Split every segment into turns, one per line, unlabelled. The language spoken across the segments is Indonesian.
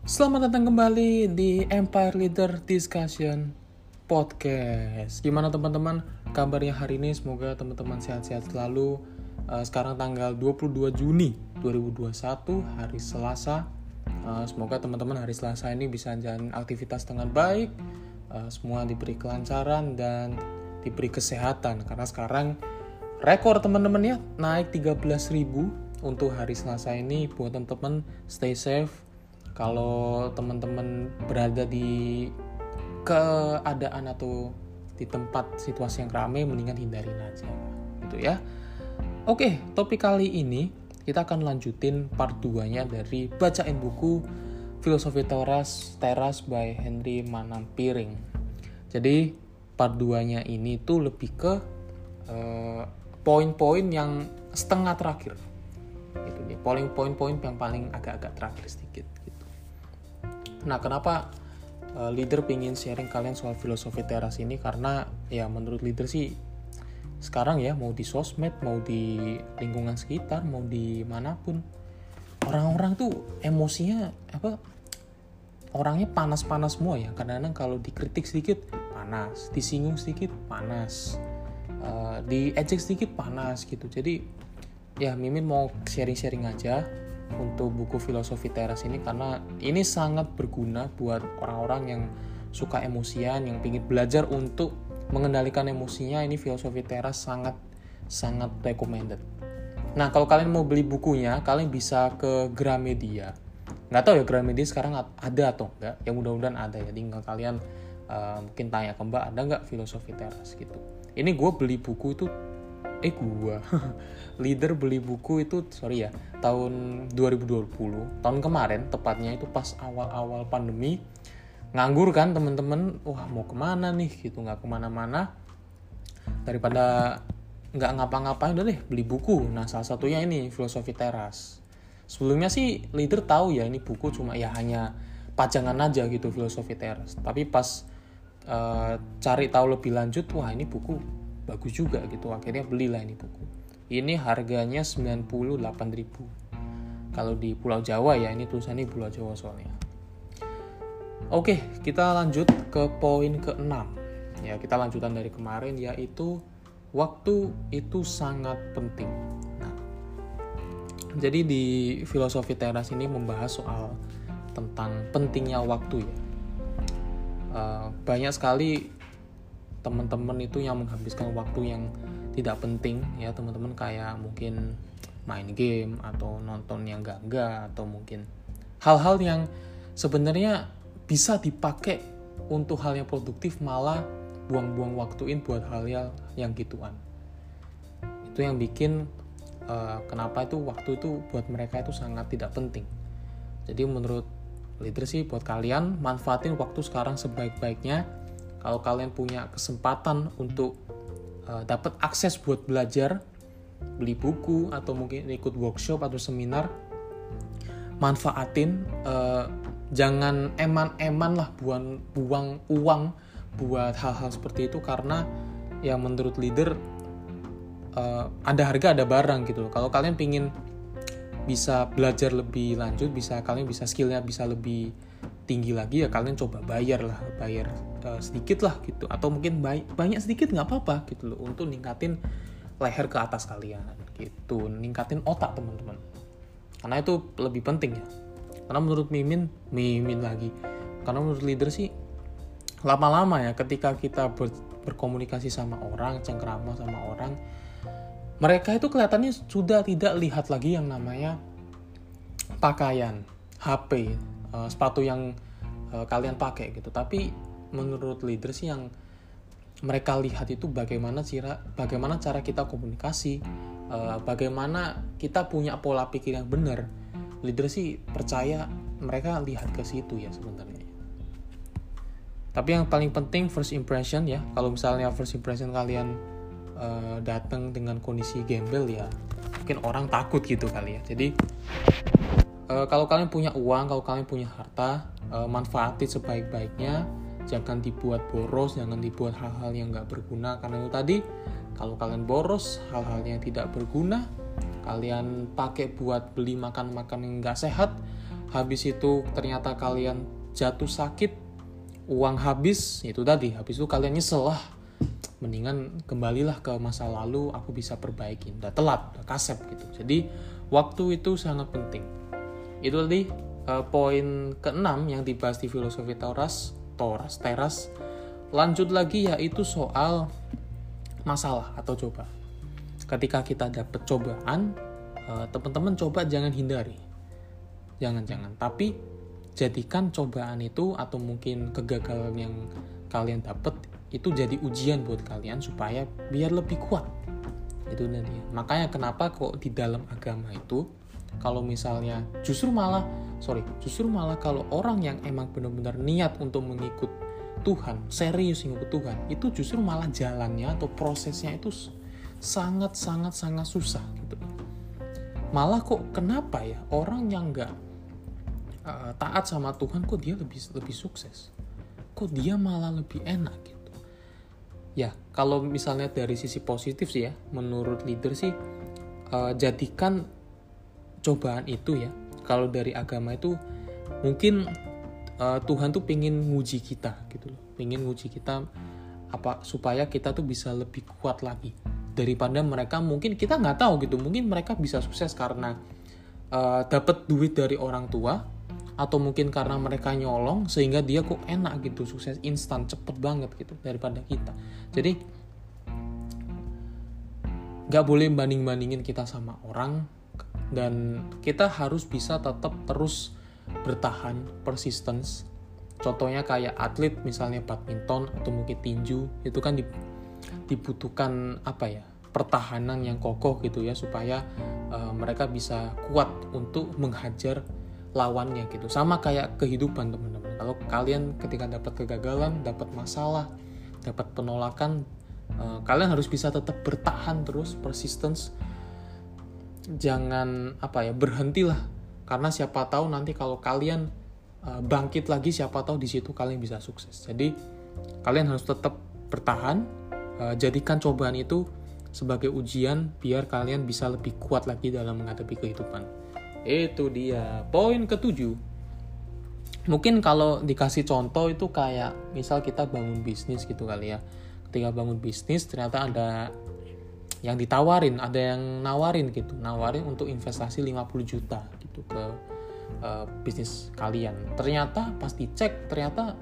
Selamat datang kembali di Empire Leader Discussion Podcast. Gimana teman-teman kabarnya hari ini? Semoga teman-teman sehat-sehat selalu. Sekarang tanggal 22 Juni 2021, hari Selasa. Semoga teman-teman hari Selasa ini bisa jalan aktivitas dengan baik. Semua diberi kelancaran dan diberi kesehatan. Karena sekarang rekor teman-teman ya naik 13.000 untuk hari Selasa ini. Buat teman-teman stay safe. Kalau teman-teman berada di keadaan atau di tempat situasi yang ramai, mendingan hindarin aja gitu ya. Oke, topik kali ini kita akan lanjutin part 2-nya dari bacain buku Filosofi Teras by Henry Manampiring. Jadi part 2-nya ini tuh lebih ke poin-poin yang setengah terakhir gitu ya. Poin-poin yang paling agak-agak terakhir sedikit gitu. Nah, kenapa leader pengen sharing kalian soal filosofi teras ini? Karena ya menurut leader sih sekarang ya, mau di sosmed, mau di lingkungan sekitar, mau di manapun, orang-orang tuh emosinya orangnya panas-panas semua ya. Kadang-kadang kalau dikritik sedikit panas, disinggung sedikit panas, diejek sedikit panas gitu. Jadi ya Mimin mau sharing-sharing aja untuk buku Filosofi Teras ini, karena ini sangat berguna buat orang-orang yang suka emosian, yang ingin belajar untuk mengendalikan emosinya. Ini Filosofi Teras sangat recommended. Nah, kalau kalian mau beli bukunya, kalian bisa ke Gramedia. Nggak tahu ya Gramedia sekarang ada atau enggak, ya mudah-mudahan ada ya. Tinggal kalian mungkin tanya ke Mbak, ada nggak Filosofi Teras gitu. Ini gue beli buku itu leader beli buku itu tahun 2020, tahun kemarin tepatnya, itu pas awal-awal pandemi, nganggur kan teman-teman, wah mau kemana nih gitu, nggak kemana-mana, daripada nggak ngapa-ngapain udah deh beli buku. Nah, salah satunya ini Filosofi Teras. Sebelumnya sih leader tahu ya ini buku, cuma ya hanya pajangan aja gitu Filosofi Teras, tapi pas cari tahu lebih lanjut, wah ini buku bagus juga gitu, akhirnya belilah ini buku. Ini harganya 98.000 kalau di Pulau Jawa ya, ini tulisannya Pulau Jawa soalnya. Oke, kita lanjut ke poin ke-6 ya, kita lanjutan dari kemarin, yaitu waktu itu sangat penting. Nah, jadi di Filosofi Teras ini membahas soal tentang pentingnya waktu ya. Banyak sekali teman-teman itu yang menghabiskan waktu yang tidak penting ya teman-teman, kayak mungkin main game atau nonton yang enggak, atau mungkin hal-hal yang sebenarnya bisa dipakai untuk hal yang produktif, malah buang-buang waktuin buat hal yang gituan. Itu yang bikin kenapa itu waktu itu buat mereka itu sangat tidak penting. Jadi menurut leader sih, buat kalian manfaatin waktu sekarang sebaik-baiknya. Kalau kalian punya kesempatan untuk dapat akses buat belajar, beli buku, atau mungkin ikut workshop atau seminar, manfaatin. Jangan eman-eman lah buang uang buat hal-hal seperti itu, karena ya menurut leader ada harga ada barang gitu. Kalau kalian pingin bisa belajar lebih lanjut, kalian bisa skillnya bisa lebih tinggi lagi, ya kalian coba bayar sedikit lah gitu, atau mungkin banyak sedikit nggak apa-apa gitu loh, untuk ningkatin leher ke atas kalian gitu, ningkatin otak teman-teman, karena itu lebih penting ya. Karena menurut Mimin lagi, karena menurut leader sih lama-lama ya, ketika kita berkomunikasi sama orang, cengkrama sama orang, mereka itu kelihatannya sudah tidak lihat lagi yang namanya pakaian, HP, sepatu yang kalian pakai gitu. Tapi menurut leader sih yang mereka lihat itu bagaimana cara kita komunikasi, bagaimana kita punya pola pikir yang benar. Leader sih percaya mereka lihat ke situ ya sebenarnya. Tapi yang paling penting first impression ya. Kalau misalnya first impression kalian datang dengan kondisi gembel, ya mungkin orang takut gitu kali ya. Jadi kalau kalian punya uang, kalau kalian punya harta, manfaatin sebaik-baiknya. Jangan dibuat boros, jangan dibuat hal-hal yang gak berguna. Karena itu tadi, kalau kalian boros hal-hal yang tidak berguna, kalian pakai buat beli makan-makan yang gak sehat, habis itu ternyata kalian jatuh sakit, uang habis, itu tadi, habis itu kalian nyesel lah, mendingan kembalilah ke masa lalu, aku bisa perbaiki. Udah telat, udah kasep gitu. Jadi waktu itu sangat penting. Itu tadi poin ke-6 yang dibahas di filosofi teras. Lanjut lagi yaitu soal masalah atau coba. Ketika kita dapat cobaan, teman-teman coba jangan hindari. Jangan. Tapi jadikan cobaan itu atau mungkin kegagalan yang kalian dapat itu jadi ujian buat kalian supaya biar lebih kuat. Itu nanti. Makanya kenapa kok di dalam agama itu kalau misalnya justru malah kalau orang yang emang benar-benar niat untuk mengikut Tuhan, serius mengikut Tuhan, itu justru malah jalannya atau prosesnya itu sangat susah gitu. Malah kok kenapa ya orang yang nggak taat sama Tuhan kok dia lebih sukses, kok dia malah lebih enak gitu. Ya kalau misalnya dari sisi positif sih ya, menurut leader sih jadikan cobaan itu ya, kalau dari agama itu mungkin Tuhan tuh pengen nguji kita gitu loh, pengen nguji kita supaya kita tuh bisa lebih kuat lagi daripada mereka. Mungkin kita nggak tahu gitu, mungkin mereka bisa sukses karena dapat duit dari orang tua, atau mungkin karena mereka nyolong sehingga dia kok enak gitu, sukses instan, cepet banget gitu daripada kita. Jadi nggak boleh banding-bandingin kita sama orang, dan kita harus bisa tetap terus bertahan, persistence. Contohnya kayak atlet misalnya badminton atau mungkin tinju, itu kan dibutuhkan pertahanan yang kokoh gitu ya, supaya mereka bisa kuat untuk menghajar lawannya gitu. Sama kayak kehidupan teman-teman. Kalau kalian ketika dapat kegagalan, dapat masalah, dapat penolakan, kalian harus bisa tetap bertahan terus, persistence. Jangan berhentilah, karena siapa tahu nanti kalau kalian bangkit lagi, siapa tahu di situ kalian bisa sukses. Jadi kalian harus tetap bertahan, jadikan cobaan itu sebagai ujian biar kalian bisa lebih kuat lagi dalam menghadapi kehidupan. Itu dia poin ke-7. Mungkin kalau dikasih contoh itu kayak misal kita bangun bisnis gitu kali ya. Ketika bangun bisnis ternyata ada yang ditawarin, ada yang nawarin untuk investasi 50 juta gitu ke bisnis kalian. Ternyata pas dicek ternyata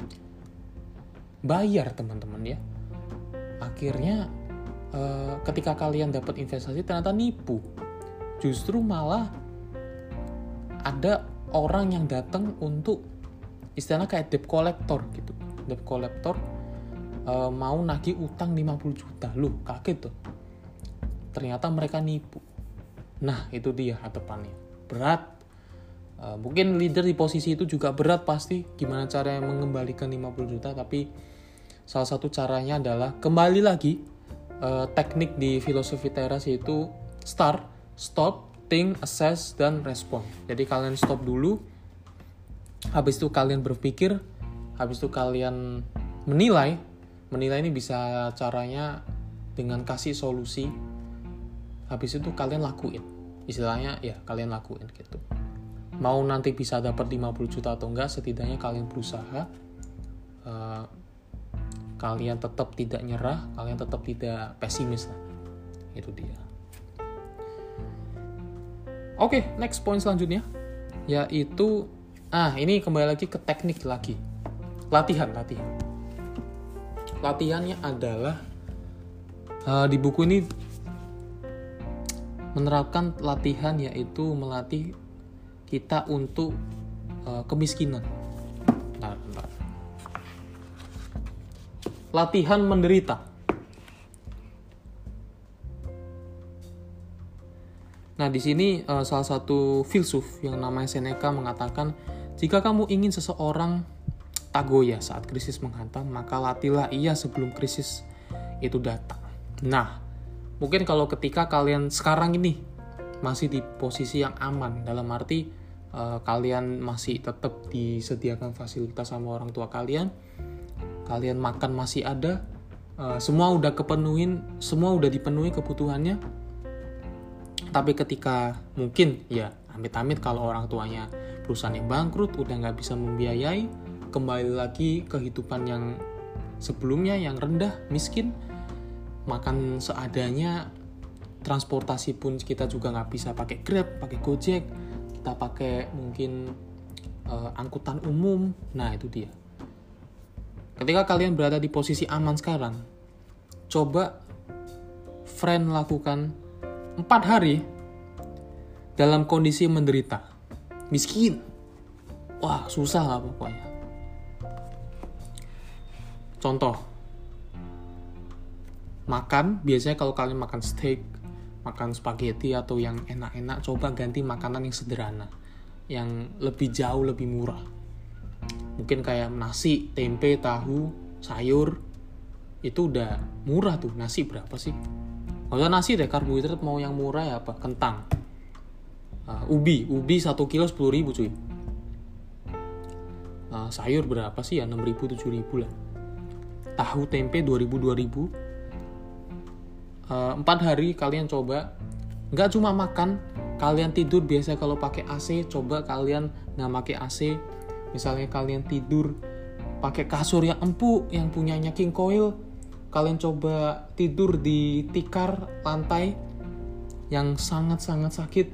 bayar teman-teman ya. Akhirnya ketika kalian dapat investasi ternyata nipu. Justru malah ada orang yang datang untuk istilahnya kayak debt collector gitu. Debt collector mau nagih utang 50 juta. Loh, kaget tuh. Ternyata mereka nipu. Nah, itu dia hadapannya. Berat. Mungkin leader di posisi itu juga berat pasti. Gimana caranya mengembalikan 50 juta. Tapi salah satu caranya adalah kembali lagi. Teknik di filosofi teras yaitu start, stop, think, assess, dan respond. Jadi kalian stop dulu, habis itu kalian berpikir, habis itu kalian menilai. Menilai ini bisa caranya dengan kasih solusi, habis itu kalian lakuin. Istilahnya ya kalian lakuin gitu. Mau nanti bisa dapat 50 juta atau enggak, setidaknya kalian berusaha. Kalian tetap tidak nyerah, kalian tetap tidak pesimis lah. Itu dia. Oke, next point selanjutnya yaitu ini kembali lagi ke teknik lagi. Latihan. Latihannya adalah di buku ini menerapkan latihan yaitu melatih kita untuk kemiskinan. Bentar. Latihan menderita. Nah, di sini salah satu filsuf yang namanya Seneca mengatakan, jika kamu ingin seseorang tak goyah saat krisis menghantam, maka latihlah ia sebelum krisis itu datang. Nah, mungkin kalau ketika kalian sekarang ini masih di posisi yang aman, dalam arti kalian masih tetap disediakan fasilitas sama orang tua kalian makan masih ada, semua udah dipenuhi kebutuhannya. Tapi ketika mungkin ya amit-amit kalau orang tuanya perusahaan yang bangkrut, udah nggak bisa membiayai, kembali lagi kehidupan yang sebelumnya yang rendah, miskin, makan seadanya, transportasi pun kita juga nggak bisa pakai Grab, pakai Gojek, kita pakai mungkin angkutan umum. Nah itu dia. Ketika kalian berada di posisi aman sekarang, coba friend lakukan 4 hari dalam kondisi menderita, miskin. Wah susah lah pokoknya. Contoh, makan, biasanya kalau kalian makan steak, makan spaghetti atau yang enak-enak, coba ganti makanan yang sederhana, yang lebih jauh lebih murah. Mungkin kayak nasi, tempe, tahu, sayur, itu udah murah tuh. Nasi berapa sih? Gak usah nasi deh, karbohidrat mau yang murah ya apa? Kentang, ubi 1 kilo 10.000 cuy. Sayur berapa sih ya? 6.000 7.000 lah. Tahu tempe 2.000 4 hari kalian coba, nggak cuma makan, kalian tidur. Biasa kalau pakai AC, coba kalian nggak pakai AC. Misalnya kalian tidur pakai kasur yang empuk, yang punyanya king coil, kalian coba tidur di tikar lantai yang sangat-sangat sakit.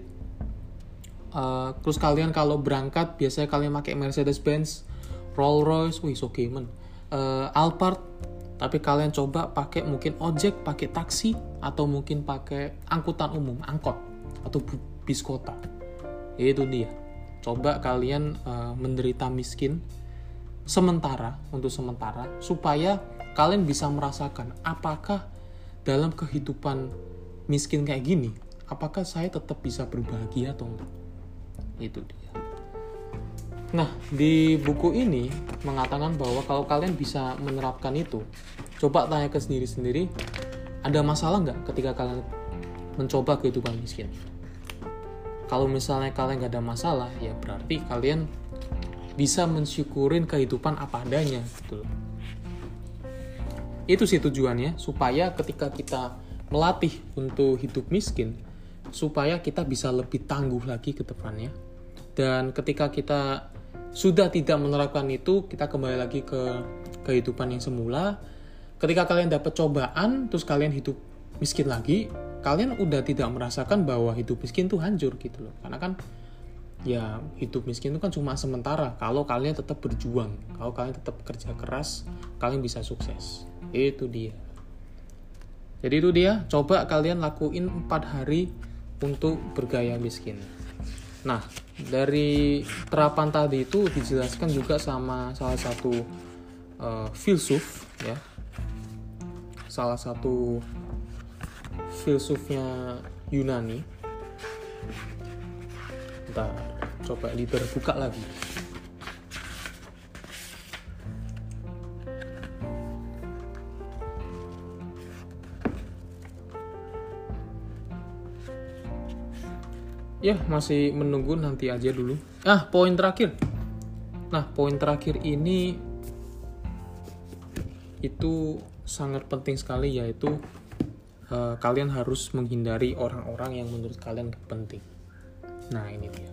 Terus kalian kalau berangkat, biasanya kalian pakai Mercedes-Benz, Rolls-Royce, Alphard, tapi kalian coba pakai mungkin ojek, pakai taksi, atau mungkin pakai angkutan umum, angkot, atau bis kota. Itu dia. Coba kalian menderita miskin untuk sementara, supaya kalian bisa merasakan apakah dalam kehidupan miskin kayak gini, apakah saya tetap bisa berbahagia atau enggak. Itu dia. Nah, di buku ini mengatakan bahwa kalau kalian bisa menerapkan itu, coba tanya ke sendiri-sendiri, ada masalah nggak ketika kalian mencoba kehidupan miskin? Kalau misalnya kalian nggak ada masalah, ya berarti kalian bisa mensyukurin kehidupan apa adanya, gitu loh. Itu sih tujuannya, supaya ketika kita melatih untuk hidup miskin, supaya kita bisa lebih tangguh lagi ke depannya. Dan ketika kita sudah tidak menerapkan itu, kita kembali lagi ke kehidupan yang semula. Ketika kalian dapat cobaan, terus kalian hidup miskin lagi, kalian udah tidak merasakan bahwa hidup miskin itu hancur gitu loh. Karena kan ya hidup miskin itu kan cuma sementara. Kalau kalian tetap berjuang, kalau kalian tetap kerja keras, kalian bisa sukses. Itu dia. Jadi itu dia, coba kalian lakuin 4 hari untuk bergaya miskin. Nah, dari terapan tadi itu dijelaskan juga sama salah satu filsuf ya. Salah satu filsufnya Yunani. Bentar, coba dibuka lagi. Ya, masih menunggu, nanti aja dulu. Poin terakhir. Nah, poin terakhir ini itu sangat penting sekali, yaitu kalian harus menghindari orang-orang yang menurut kalian gak penting. Nah, ini dia.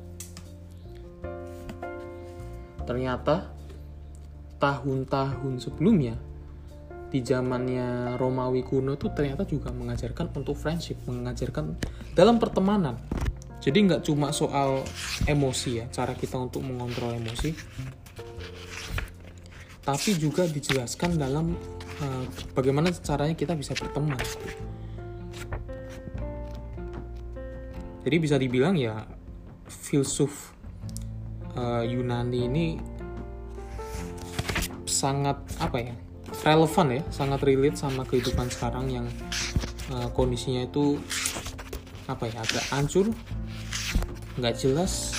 Ternyata tahun-tahun sebelumnya, di zamannya Romawi kuno tuh ternyata juga mengajarkan untuk friendship, mengajarkan dalam pertemanan. Jadi nggak cuma soal emosi ya, cara kita untuk mengontrol emosi, tapi juga dijelaskan dalam bagaimana caranya kita bisa berteman. Jadi bisa dibilang ya filsuf Yunani ini sangat relevan ya, sangat relate sama kehidupan sekarang yang kondisinya itu agak hancur, nggak jelas.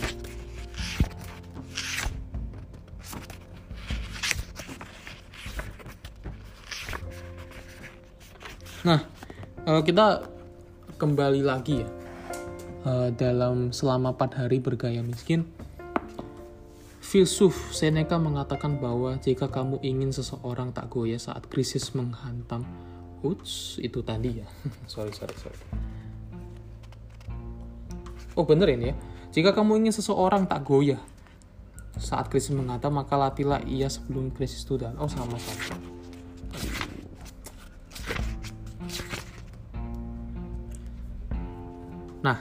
Nah, kita kembali lagi ya dalam selama 4 hari bergaya miskin. Filsuf Seneca mengatakan bahwa jika kamu ingin seseorang tak goyah saat krisis menghantam, itu tadi ya. sorry. Oh benerin ya. Jika kamu ingin seseorang tak goyah saat krisis menghantam, maka latihlah ia sebelum krisis itu datang. Oh, sama saja. Nah,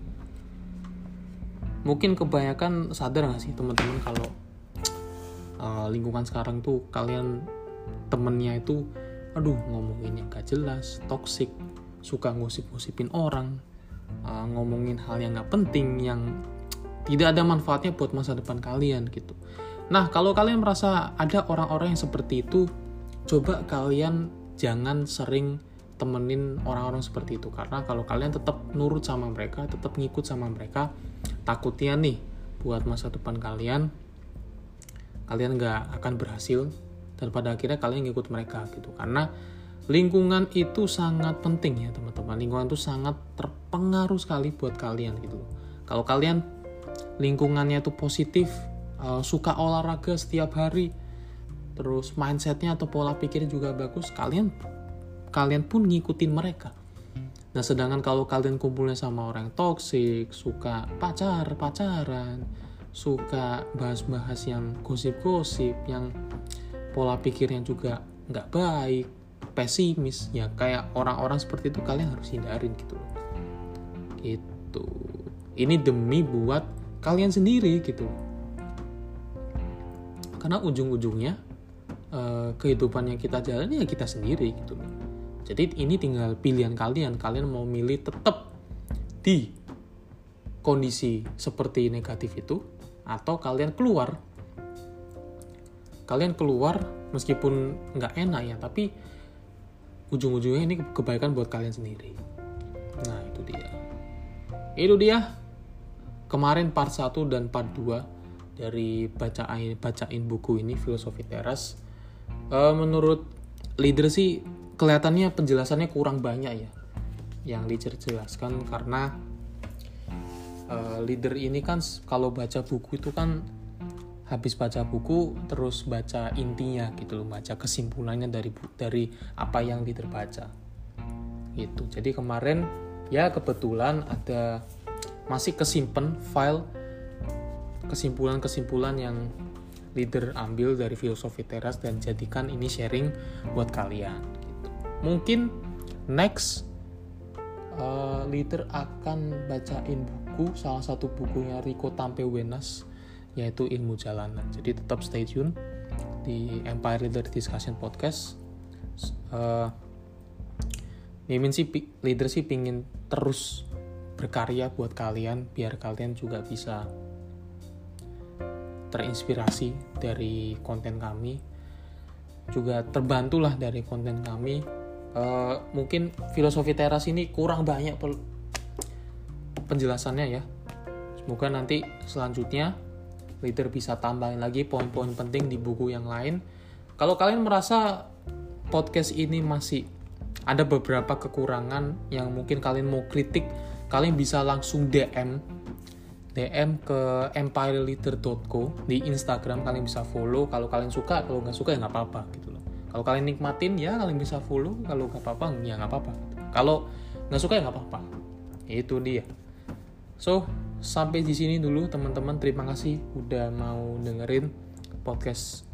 mungkin kebanyakan sadar gak sih teman-teman kalau lingkungan sekarang tuh kalian temennya itu ngomongin yang gak jelas, toksik, suka ngosip-ngosipin orang, ngomongin hal yang gak penting, yang tidak ada manfaatnya buat masa depan kalian gitu. Nah, kalau kalian merasa ada orang-orang yang seperti itu, coba kalian jangan sering temenin orang-orang seperti itu. Karena kalau kalian tetap nurut sama mereka, tetap ngikut sama mereka, takutnya nih buat masa depan kalian gak akan berhasil, dan pada akhirnya kalian ngikut mereka gitu. Karena lingkungan itu sangat penting ya teman-teman. Lingkungan itu sangat terpengaruh sekali buat kalian gitu. Kalau kalian lingkungannya itu positif, suka olahraga setiap hari, terus mindsetnya atau pola pikirnya juga bagus, kalian pun ngikutin mereka. Nah, sedangkan kalau kalian kumpulnya sama orang toksik, suka pacaran, suka bahas-bahas yang gosip-gosip, yang pola pikirnya juga nggak baik, pesimis, ya kayak orang-orang seperti itu kalian harus hindarin gitu loh. Gitu. Ini demi buat kalian sendiri gitu. Karena ujung-ujungnya kehidupan yang kita jalani ya kita sendiri gitu loh. Jadi ini tinggal pilihan kalian mau milih tetap di kondisi seperti negatif itu, atau kalian keluar meskipun nggak enak ya, tapi ujung-ujungnya ini kebaikan buat kalian sendiri. Nah, itu dia kemarin part 1 dan part 2 dari bacain buku ini, Filosofi Teras. Menurut leader sih kelihatannya penjelasannya kurang banyak ya yang dijelaskan, karena leader ini kan kalau baca buku itu kan habis baca buku terus baca intinya gitu loh, baca kesimpulannya dari apa yang leader baca gitu. Jadi kemarin ya kebetulan ada masih kesimpan file kesimpulan-kesimpulan yang leader ambil dari Filosofi Teras dan jadikan ini sharing buat kalian gitu. Mungkin next leader akan bacain salah satu bukunya Rico Tampewenas, yaitu Ilmu Jalanan. Jadi tetap stay tune di Empire Leader Discussion Podcast. Leader sih pingin terus berkarya buat kalian, biar kalian juga bisa terinspirasi dari konten kami, juga terbantulah dari konten kami. Mungkin Filosofi Teras ini kurang banyak penjelasannya ya. Semoga nanti selanjutnya leader bisa tambahin lagi poin-poin penting di buku yang lain. Kalau kalian merasa podcast ini masih ada beberapa kekurangan yang mungkin kalian mau kritik, kalian bisa langsung DM ke empireleader.co di Instagram. Kalian bisa follow kalau kalian suka, kalau nggak suka ya nggak apa-apa gitu loh. Kalau kalian nikmatin ya kalian bisa follow, kalau nggak apa-apa ya nggak apa-apa gitu. Kalau nggak suka ya nggak apa-apa. Itu dia. So, sampai di sini dulu teman-teman. Terima kasih udah mau dengerin podcast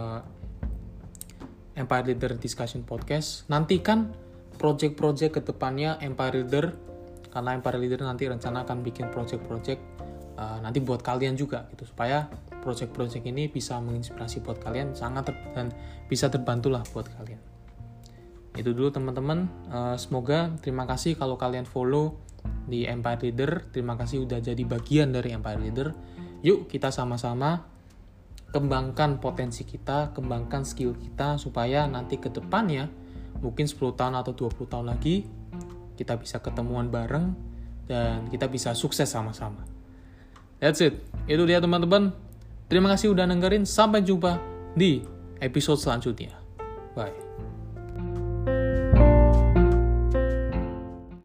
Empire Leader Discussion Podcast. Nantikan project-project kedepannya Empire Leader, karena Empire Leader nanti rencana akan bikin project-project nanti buat kalian juga gitu, supaya project-project ini bisa menginspirasi buat kalian dan bisa terbantulah buat kalian. Itu dulu teman-teman. Semoga terima kasih kalau kalian follow di Empire Leader. Terima kasih udah jadi bagian dari Empire Leader. Yuk kita sama-sama kembangkan potensi kita, kembangkan skill kita, supaya nanti ke depannya mungkin 10 tahun atau 20 tahun lagi kita bisa ketemuan bareng dan kita bisa sukses sama-sama. That's it. Itu dia teman-teman. Terima kasih udah dengerin. Sampai jumpa di episode selanjutnya. Bye.